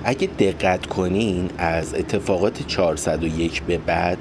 اگه دقت کنین از اتفاقات 401 به بعد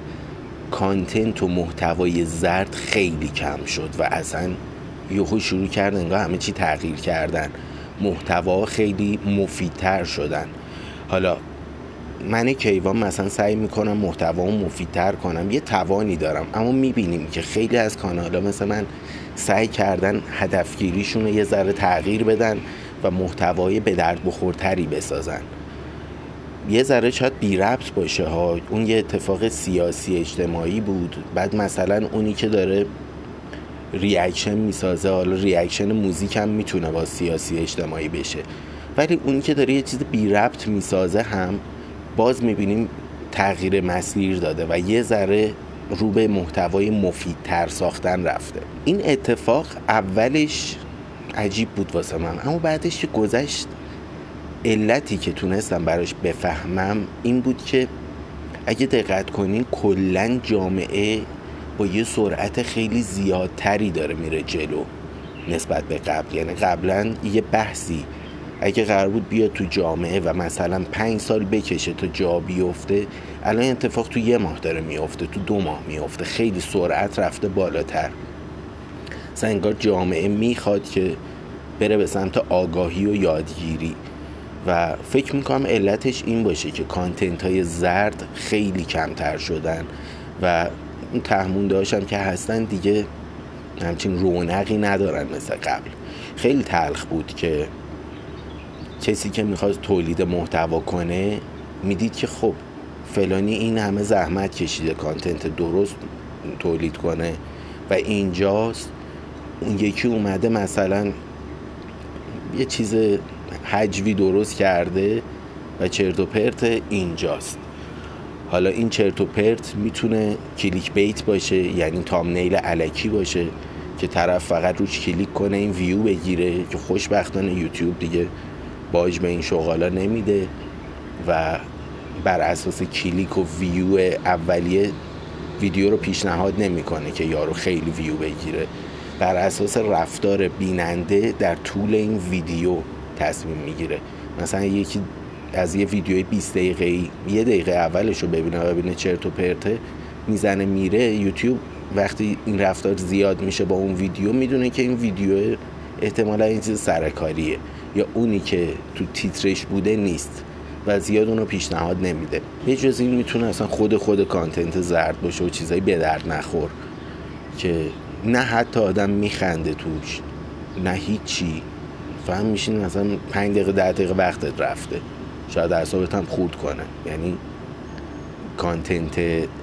کانتنت و محتوای زرد خیلی کم شد و اصلا یهو شروع کردن انگار همه چی تغییر کردن، محتوا خیلی مفیدتر شدن. حالا من کیوان مثلا سعی میکنم محتوامو مفیدتر کنم، یه توانی دارم، اما میبینیم که خیلی از کانال‌ها مثل من سعی کردن هدفگیریشون رو یه ذره تغییر بدن و محتوای به درد بخورتری بسازن. یه ذره شاید بی ربط باشه ها، اون یه اتفاق سیاسی اجتماعی بود، بعد مثلا اونی که داره ریاکشن میسازه، حالا ریاکشن موزیک هم میتونه با سیاسی اجتماعی بشه، ولی اونی که داره یه چیز بی ربط میسازه هم باز میبینیم تغییر مسیر داده و یه ذره رو به محتوای مفیدتر ساختن رفته. این اتفاق اولش عجیب بود واسه من، اما بعدش که گذشت علتی که تونستم براش بفهمم این بود که اگه دقت کنین کلن جامعه با یه سرعت خیلی زیادتری داره میره جلو نسبت به قبل. یعنی قبلا یه بحثی اگه قرار بود بیاد تو جامعه و مثلا 5 سال بکشه تا جا بیفته، الان اتفاق تو 1 ماه داره میفته، تو 2 ماه میفته، خیلی سرعت رفته بالاتر. مثلا انگار جامعه میخواد که بره به سمت آگاهی و یادگیری و فکر میکنم علتش این باشه که کانتنت های زرد خیلی کمتر شدن و اون تهمونده هاشم که هستن دیگه همچین رونقی ندارن مثل قبل. خیلی تلخ بود که کسی که میخواد تولید محتوا کنه میدید که خب فلانی این همه زحمت کشیده کانتنت درست تولید کنه و اینجاست، اون یکی اومده مثلا یه چیز هجوی درست کرده و چرت و پرت اینجاست. حالا این چرت و پرت میتونه کلیک بیت باشه، یعنی تامنیل الکی باشه که طرف فقط روش کلیک کنه این ویو بگیره، که خوشبختانه یوتیوب دیگه باج به این شغالا نمیده و بر اساس کلیک و ویو اولیه ویدیو رو پیشنهاد نمیکنه که یارو خیلی ویو بگیره، بر اساس رفتار بیننده در طول این ویدیو تصمیم میگیره. مثلا یکی از یه ویدیوی 20 دقیقه‌ای 1 دقیقه اولش رو ببینه چرت و پرته میزنه میره، یوتیوب وقتی این رفتار زیاد میشه با اون ویدیو میدونه که این ویدیو احتمالا این چیز سرکاریه یا اونی که تو تیترش بوده نیست و زیاد اونو پیشنهاد نمیده. یه جز این میتونه اصلا خود کانتنت زرد باشه و چیزایی به درد نخور که نه حتی آدم میخنده توش نه هیچی، فهم میشین مثلا 5 دقیقه 10 دقیقه وقتت رفته، شاید اعصابت هم خورد کنه. یعنی کانتنت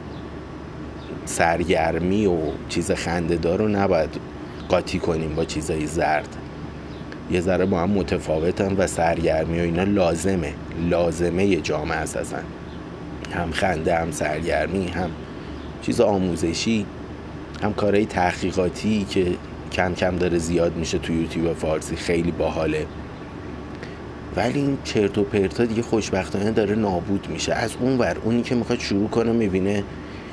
سرگرمی و چیز خنده‌دار رو نباید قاطی کنیم با چیزای زرد، یه ذره با هم متفاوتن و سرگرمی و اینا لازمه یه جامعه اساسا، هم خنده هم سرگرمی هم چیز آموزشی هم کارهای تحقیقاتی که کم کم داره زیاد میشه تو یوتیوب فارسی، خیلی باحاله. ولی این چرت و پرتا دیگه خوشبختانه داره نابود میشه. از اون ور اونی که میخواد شروع کنه میبینه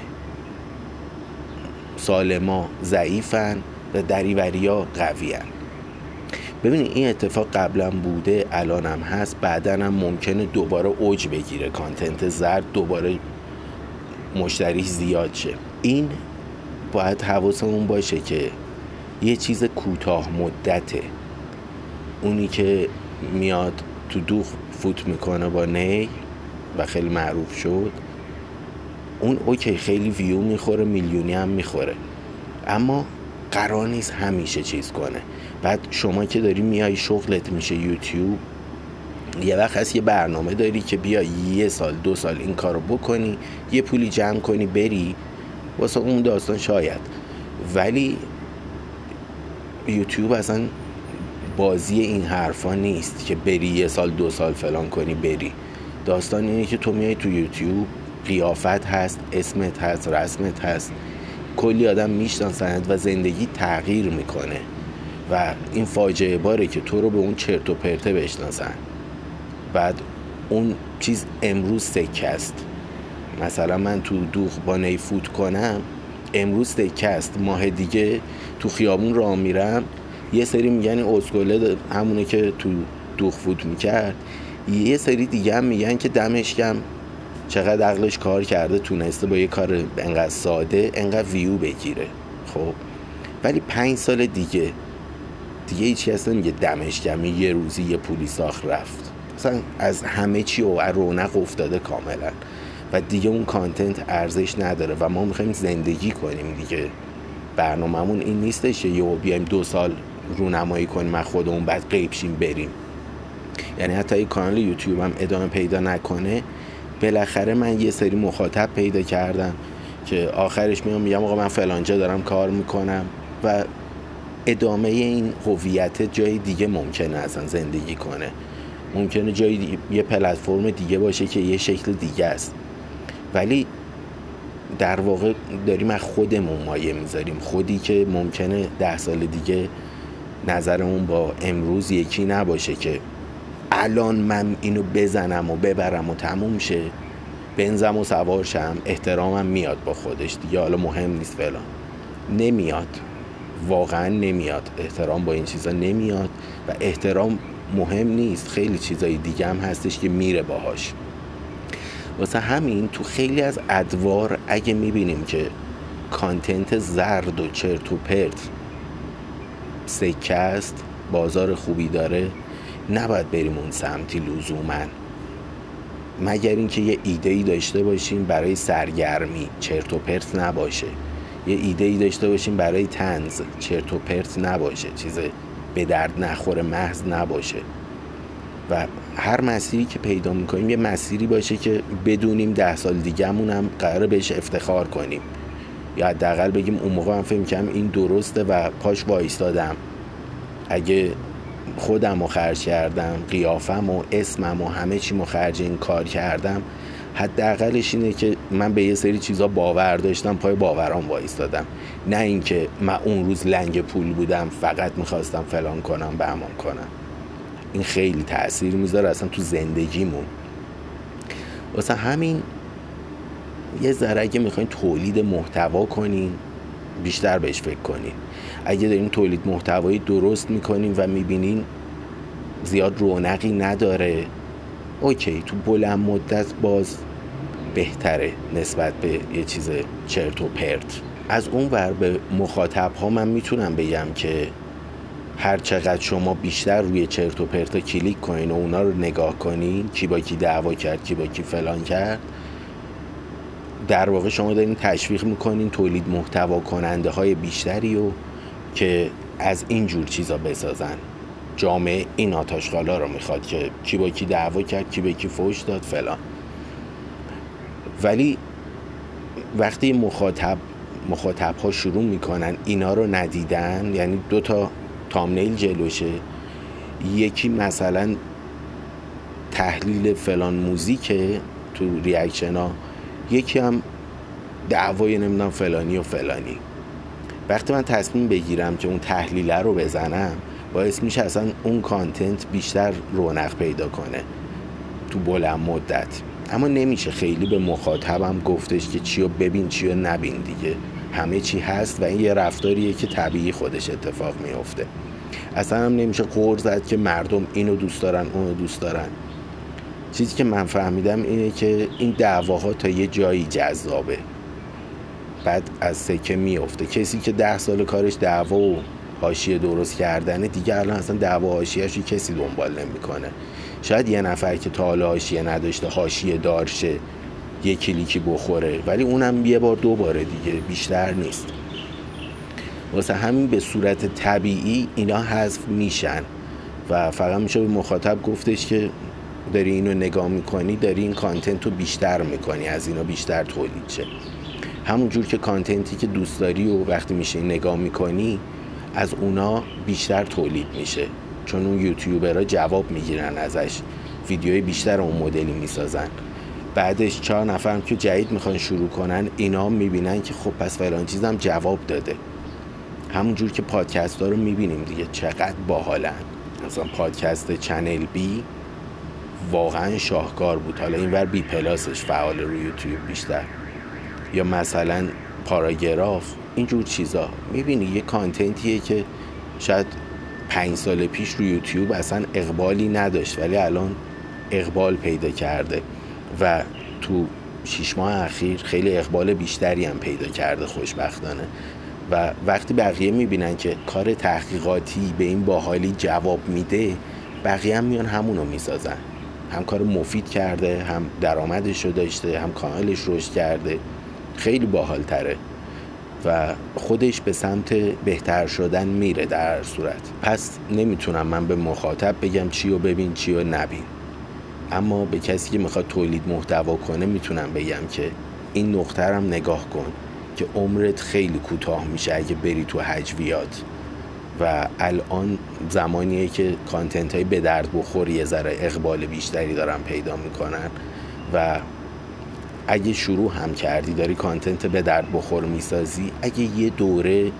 سالما ضعیفن و دریوریا قویان. ببینید این اتفاق قبلا بوده، الان هم هست، بعداً هم ممکنه دوباره اوج بگیره، کانتنت زرد دوباره مشتریش زیاد شه. این باید حواسمون باشه که یه چیز کوتاه مدته، اونی که میاد تو دوغ فوت میکنه با نی و خیلی معروف شد، اون اوکی خیلی ویو میخوره، میلیونی هم میخوره، اما قرار نیست همیشه چیز کنه. بعد شما که داری میای شغلت میشه یوتیوب، یه وقت هست یه برنامه داری که بیا 1 سال 2 سال این کارو بکنی، یه پولی جمع کنی بری، واسه اون داستان شاید. ولی یوتیوب اصلا بازی این حرفا نیست که بری 1 سال 2 سال فلان کنی بری. داستان اینه که تو میای تو یوتیوب، قیافت هست، اسمت هست، رسمت هست، کلی آدم میشناسند و زندگی تغییر میکنه و این فاجعه باره که تو رو به اون چرت و پرته بشناسن. بعد اون چیز امروز سکه است. مثلا من تو دوغ با نی فوت کنم، امروز سکه است، ماه دیگه تو خیابون راه میرم، یه سری میگن این اسکله همونه که تو دوغ فوت میکرد، یه سری دیگه هم میگن که دمش گرم چقدر عقلش کار کرده تونسته با یه کار انقدر ساده انقدر ویو بگیره. خب ولی 5 سال دیگه هیچ کس نمیگه دمش گرم یه روزی یه پولی ساخت رفت، مثلا از همه چی و رونق افتاده کاملا و دیگه اون کانتنت ارزش نداره و ما میخوایم زندگی کنیم دیگه. برنامه‌مون این نیستش که یهو بیایم 2 سال رونمایی کنیم از خودمون بعد غیب شیم بریم. یعنی حتی این کانال یوتیوب هم ادامه پیدا نکنه، بالاخره من یه سری مخاطب پیدا کردم که آخرش میگم آقا من فلانجا دارم کار میکنم و ادامه این هویت جای دیگه ممکنه اصلا زندگی کنه، ممکنه جای دیگه، یه پلتفرم دیگه باشه که یه شکل دیگه است، ولی در واقع داریم از خودمون مایه میذاریم. خودی که ممکنه 10 سال دیگه نظرمون با امروز یکی نباشه که الان من اینو بزنم و ببرم و تموم شه، بنزم و سوار شم، احترامم میاد با خودش دیگه، حالا مهم نیست فلان. نمیاد، واقعا نمیاد. احترام با این چیزا نمیاد و احترام مهم نیست، خیلی چیزای دیگه هم هستش که میره باهاش. واسه همین تو خیلی از ادوار اگه میبینیم که کانتنت زرد و چرت و پرت سکه است، بازار خوبی داره، نباید بریم اون سمتی لزوماً، مگر اینکه یه ایده‌ای داشته باشیم برای سرگرمی، چرت و پرت نباشه. یه ایده‌ای داشته باشیم برای طنز، چرت و پرت نباشه، چیز به درد نخور محض نباشه. و هر مسیری که پیدا میکنیم یه مسیری باشه که بدونیم 10 سال دیگه‌مون هم قراره بهش افتخار کنیم، یا حداقل بگیم اون موقع من فکر می‌کردم این درسته و پاش وایستادم. اگه خودم رو خرج کردم، قیافم و اسمم و همه چی رو خرج این کار کردم، حداقلش اینه که من به یه سری چیزا باور داشتم، پای باورام وایستادم، نه اینکه من اون روز لنگ پول بودم فقط میخواستم فلان کنم بهمان کنم. این خیلی تأثیر میذاره اصلا تو زندگیمون. واسه همین یه ذره اگه میخواین تولید محتوا کنین بیشتر بهش فکر کنین. اگه دارین تولید محتوایی درست میکنین و میبینین زیاد رونقی نداره، اوکی، تو بلند مدت باز بهتره نسبت به یه چیز چرت و پرت. از اون ور به مخاطب ها من میتونم بگم که هر چقدر شما بیشتر روی چرت و پرت کلیک کنین و اونا رو نگاه کنین، کی با کی دعوا کرد، کی با کی فلان کرد، در واقع شما دارین تشویق میکنین تولید محتوا کننده های بیشتری رو که از این جور چیزا بسازن. جامعه این آتش‌قالا رو میخواد که کی با کی دعوا کرد، کی به کی فحش داد فلان. ولی وقتی مخاطب ها شروع میکنن اینا رو ندیدن، یعنی 2 تا تامنیل جلوشه، یکی مثلا تحلیل فلان موزیکه تو ریاکشن ها، یکی هم دعوای نمیدونم فلانی و فلانی. وقتی من تصمیم بگیرم که اون تحلیله رو بزنم، باعث میشه اصلا اون کانتنت بیشتر رونق پیدا کنه تو بلند مدت. اما نمیشه خیلی به مخاطبم گفتش که چیو ببین چیو نبین دیگه، همه چی هست و این یه رفتاریه که طبیعی خودش اتفاق میفته. اصلا هم نمیشه قور زد که مردم اینو دوست دارن اونو دوست دارن. چیزی که من فهمیدم اینه که این دعواها تا یه جایی جذابه، بعد از سکه میفته. کسی که 10 سال کارش دعوا و حاشیه درست کردنه، دیگه الان اصلا دعوا حاشیه‌اش رو کسی دنبال نمیکنه. شاید یه نفر که تا حالا حاشیه نداشته حاشیه دار شه، یه کلیکی بخوره، ولی اونم یه بار 2 باره دیگه، بیشتر نیست. واسه همین به صورت طبیعی اینا حذف میشن و فقط میشه به مخاطب گفتش که داری اینو نگاه میکنی، داری این کانتنت رو بیشتر میکنی، از اینا بیشتر تولید شه. همون جور که کانتنتی که دوست داری و وقتی میشه نگاه میکنی از اونا بیشتر تولید میشه، چون اون یوتیوبرها جواب میگیرن ازش، ویدیوی بیشتر اون مدلی میسازن. بعدش 4 نفرم که جدید میخوان شروع کنن، اینا میبینن که خب پس فلان چیزم جواب داده. همون جور که پادکست ها رو میبینیم دیگه، چقدر باحالن. مثلا پادکست چنل بی واقعا شاهکار بود، حالا اینور بی پلاسش فعال روی یوتیوب بیشتر، یا مثلا پاراگراف، اینجور چیزا. میبینی یه کانتنتیه که شاید 5 سال پیش روی یوتیوب اصلا اقبالی نداشت، ولی الان اقبال پیدا کرده و تو 6 ماه اخیر خیلی اقبال بیشتری هم پیدا کرده خوشبختانه. و وقتی بقیه میبینن که کار تحقیقاتی به این باحالی جواب میده، بقیه هم میان همونو میسازن. هم کار مفید کرده، هم درآمدش رو داشته، هم کانالش رشد کرده، خیلی باحال تره و خودش به سمت بهتر شدن میره در هر صورت. پس نمیتونم من به مخاطب بگم چی رو ببین چی رو نبین، اما به کسی که میخواد تولید محتوا کنه میتونم بگم که این نقطه رو هم نگاه کن که عمرت خیلی کوتاه میشه اگه بری تو هجویات و الان زمانیه که کانتنت های به درد بخور یه ذره اقبال بیشتری دارن پیدا میکنن و اگه شروع هم کردی داری کانتنت به درد بخور میسازی، اگه یه دوره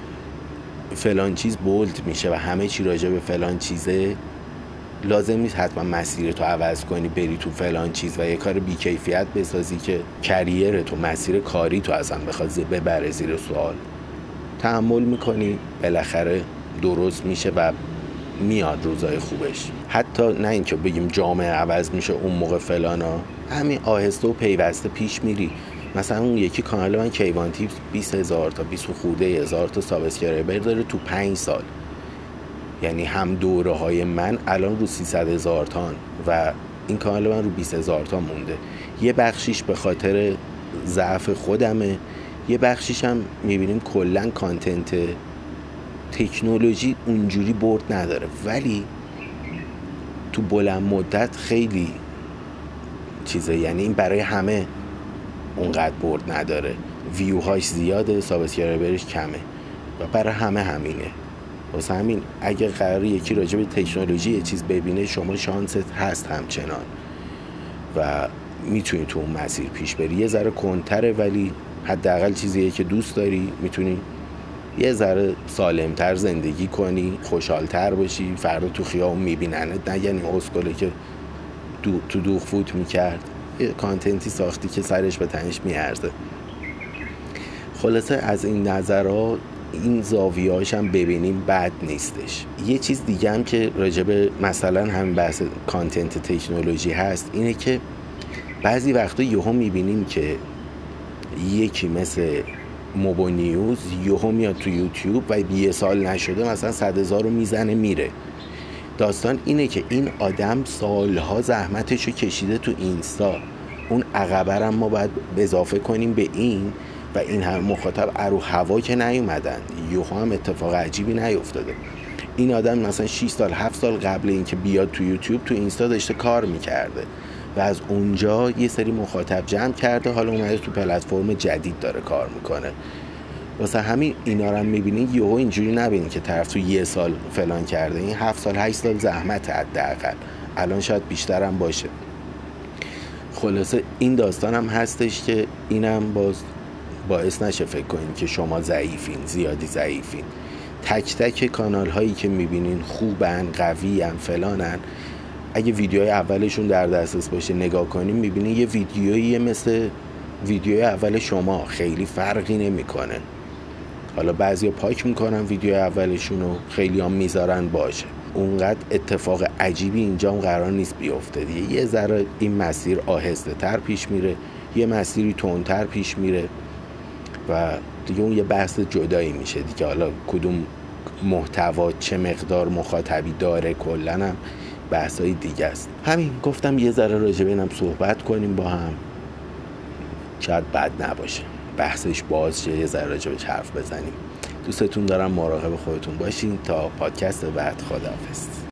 فلان چیز بولد میشه و همه چی راجع به فلان چیزه، لازم نیست حتما مسیر تو عوض کنی بری تو فلان چیز و یه کار بیکیفیت بسازی که کریر تو، مسیر کاری تو اصلا بخواد ببره زیر سوال. تحمل میکنی، بالاخره درست میشه و میاد روزای خوبش. حتی نه اینکه بگیم جامعه عوض میشه اون موقع فلانا، همین آهسته و پیوسته پیش میری. مثلا اون یکی کانال من کیوان تیپس 20,000 تا 20 خورده هزار تا سابسکرایبر داره تو 5 سال. یعنی هم دوره های من الان رو 300,000 تان و این کانال من رو 20,000 تا مونده. یه بخشیش به خاطر ضعف خودمه، یه بخشیش هم میبینیم کلن کانتنت تکنولوژی اونجوری برد نداره، ولی تو بلند مدت خیلی چیزه. یعنی این برای همه اونقدر برد نداره، ویوهاش زیاده، سابسکرایبرش کمه و برای همه همینه. واسه همین اگه قراره یکی راجع به تکنولوژی یه چیز ببینه، شما شانست هست همچنان و میتونی تو اون مسیر پیش بری. یه ذره کنتره ولی حداقل چیزیه که دوست داری، میتونی یه ذره سالمتر زندگی کنی، خوشحالتر باشی، فردا تو خیابون میبیننت نگن اسکله که تو دوغ فوت میکرد. یه کانتنتی ساختی که سرش به تنش میارزه. خلاصه از این نظرها این زاویه‌هاش هم ببینیم بد نیستش. یه چیز دیگه هم که راجب مثلا همین بحث کانتنت تکنولوژی هست اینه که بعضی وقتا یهو میبینیم که یکی مثل موبو نیوز یهو میاد تو یوتیوب و یه سال نشده مثلا 100,000 رو میزنه میره. داستان اینه که این آدم سالها زحمتشو کشیده تو اینستا، اون عقبه هم ما باید اضافه کنیم به این و این هم مخاطب ارو هوا که نیومدن، یهو هم اتفاق عجیبی نیفتاده. این آدم مثلا 6 سال 7 سال قبل اینکه بیاد تو یوتیوب تو اینستا داشته کار میکرده و از اونجا یه سری مخاطب جمع کرده، حالا اومده تو پلتفرم جدید داره کار میکنه. واسه همین اینا رو هم میبینین، یهو اینجوری نبینین که طرف تو یه سال فلان کرده. این 7 سال 8 سال زحمت حداقل، الان شاید بیشتر هم باشه. خلاصه این داستان هم هستش که اینم باعث نشه فکر کنین که شما ضعیفین، زیادی ضعیفین. تک تک کانال هایی که میبینین خوبن، قوی‌ان، فلانن، اگه ویدیوهای اولشون در دسترس باشه نگاه کنین میبینین یه ویدیویی مثل ویدیوی اول شما، خیلی فرقی نمیکنه. حالا بعضیا پاک میکنن ویدیو اولشونو، خیلی هم میذارن باشه. اونقدر اتفاق عجیبی اینجا هم قرار نیست بیفته دیگه. یه ذره این مسیر آهسته تر پیش میره، یه مسیری تندتر پیش میره و دیگه اون یه بحث جدایی میشه دیگه. حالا کدوم محتوا چه مقدار مخاطبی داره کلن هم بحثای دیگه است. همین گفتم یه ذره راجع به اینم صحبت کنیم با هم، شاید بد نباشه بحثش باز شه، یه ذره راجبش حرف بزنیم. دوستتون دارم، مراقب خودتون باشین. تا پادکست بعد، خداحافظ.